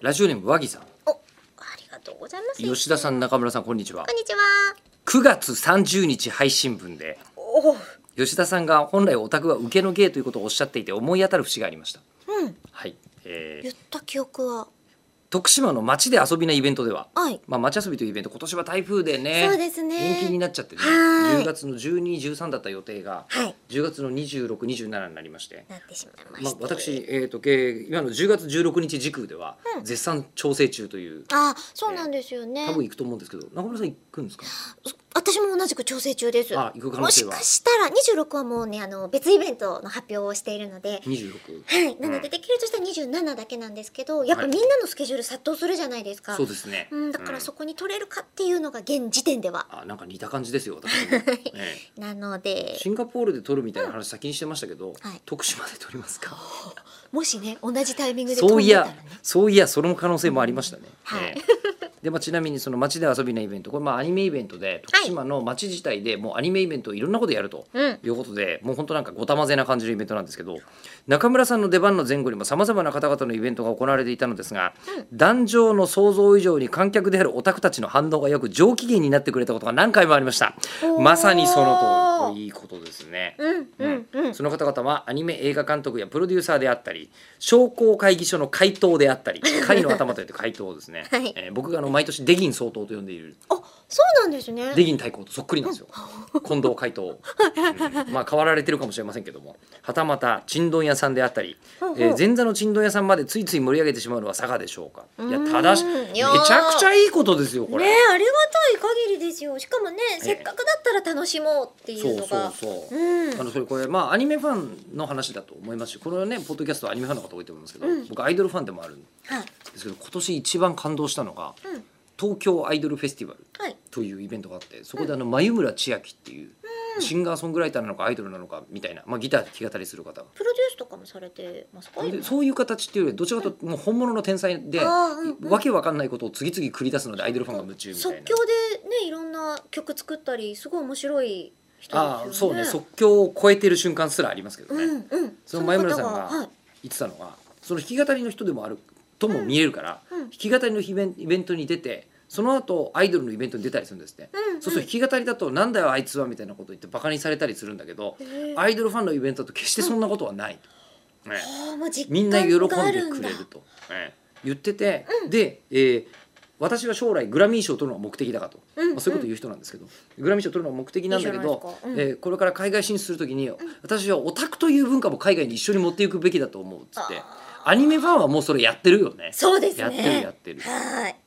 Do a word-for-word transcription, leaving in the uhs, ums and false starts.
ラジオネーム和木さん。 お、ありがとうございます。 吉田さん、中村さん、こんにちは。 こんにちは。 くがつさんじゅうにち配信分でお、 吉田さんが本来オタクは受けの芸ということをおっしゃっていて思い当たる節がありました。 うん。 はい、えー言った記憶は。 徳島の街で遊びなイベントでは、 はい。 まあ、街遊びというイベント、今年は台風でね、 そうですね。 延期になっちゃってね、 はいじゅうがつのじゅうに、じゅうさんだった予定が、 はい。 じゅうがつのにじゅうろく、にじゅうしちになりまして、 なってしまいままあし、て。 私、えー、とけ今のじゅうがつじゅうろくにち時空では、 うん絶賛調整中という、 あ、そうなんですよね。 多分行くと思うんですけど、中村さん行くんですか？ 私も同じく調整中です。 あ、行く可能も性はしかしたらにじゅうろくはもうね、あの別イベントの発表をしているので、 にじゅうろく。 はい。なのうんでできるとしたらにじゅうななだけなんですけど、やっぱはいみんなのスケジュール殺到するじゃないですか。 そうですね。 うん、だかうんらそこに取れるかっていうのが現時点では。 あ、なんか似た感じですよ、私も。ええなので、 シンガポールで撮るみたいな話先にしてましたけど、 はい徳島で撮りますか？ もしね、同じタイミングでそういや飛んでたらね。 そういやその可能性もありましたね。 はいええで、まあ、ちなみにその街で遊びなイベント、これまあアニメイベントで、徳島の街自体でもうアニメイベントをいろんなことやるとうんいうことで、もう本当なんかごたまぜな感じのイベントなんですけど、中村さんの出番の前後にもさまざまな方々のイベントが行われていたのですが、壇上の想像以上に観客であるオタクたちの反応がよく上機嫌になってくれたことが何回もありました。 おーまさにその通り、いいことですね。 うんうんうん。 その方々はアニメ映画監督やプロデューサーであったり、商工会議所の会頭であったり、会の頭といって会頭ですね、 はいえー僕があの毎年デギン総統と呼んでいるあ、そうなんですね。 デギン大公とそっくりなんですよ、近藤会頭、うんまあ変わられてるかもしれませんけども、はたまたちんどん屋さんであったり、 ほうほうえー前座のちんどん屋さんまでついつい盛り上げてしまうのは佐賀でしょうか。いや、 うーんただしめちいやーゃくちゃいいことですよこれ、 ねえ、ありがたい限りですよ。しかもね、せっかくだったら楽しもうっていそううのが。 そうそう、 うんあのそれこれまあアニメファンの話だと思いますし、これはねポッドキャストはアニメファンの方多いと思いますけど、 うん僕アイドルファンでもあるんはい。 ですけど、今年一番感動したのがうん。 東京アイドルフェスティバルはい。 というイベントがあって、そこであの眉村千秋っていうシンガーソングライターなのかアイドルなのかみたいな、まあ、ギター弾き語りする方がプロデュースとかもされてますか？ で、そういう形っていうよりどちらかというともう本物の天才で、 あーうんうんわけわかんないことを次々繰り出すのでアイドルファンが夢中みたいな。 即興でね、いろんな曲作ったり、すごい面白い人ああですよね。 そうね、即興を超えてる瞬間すらありますけどね、 うんうん。 その前村さんがその方はい。 言ってたのは、その弾き語りの人でもあるとも見えるから、 うんうん弾き語りのイベンイベントに出て、その後アイドルのイベントに出たりするんですって、 うんうんそうすると弾き語りだとなんだよあいつはみたいなこと言ってバカにされたりするんだけど、 へーアイドルファンのイベントだと決してそんなことはないと、ねああ、もう実みんな喜んで感があるんだくれると、ね言ってて、で、えー私は将来グラミー賞を取るのが目的だかと、 うんまあ、そういうこと言う人なんですけど、グラミー賞を取るのが目的なんだけいいじゃないどですかうんえーこれから海外進出するときに、私はオタクという文化も海外に一緒に持っていくべきだと思うっつって、 あアニメファンはもうそれやってるよね。 そうですね。 やってるやってるはい。